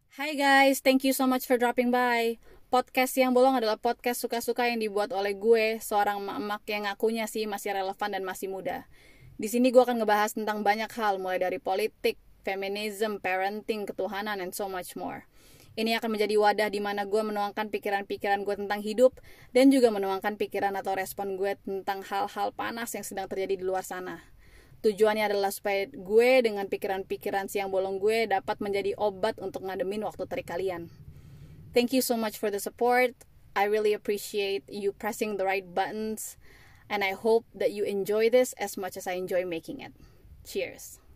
Hai guys, thank you so much for dropping by. Podcast Siang Bolong adalah podcast suka-suka yang dibuat oleh gue, seorang emak-emak yang ngakunya sih masih relevan dan masih muda. Di sini gue akan ngebahas tentang banyak hal, mulai dari politik, feminism, parenting, ketuhanan, and so much more. Ini akan menjadi wadah di mana gue menuangkan pikiran-pikiran gue tentang hidup dan juga menuangkan pikiran atau respon gue tentang hal-hal panas yang sedang terjadi di luar sana. Tujuannya adalah supaya gue dengan pikiran-pikiran siang bolong gue dapat menjadi obat untuk ngademin waktu terik kalian. Thank you so much for the support. I really appreciate you pressing the right buttons. And I hope that you enjoy this as much as I enjoy making it. Cheers.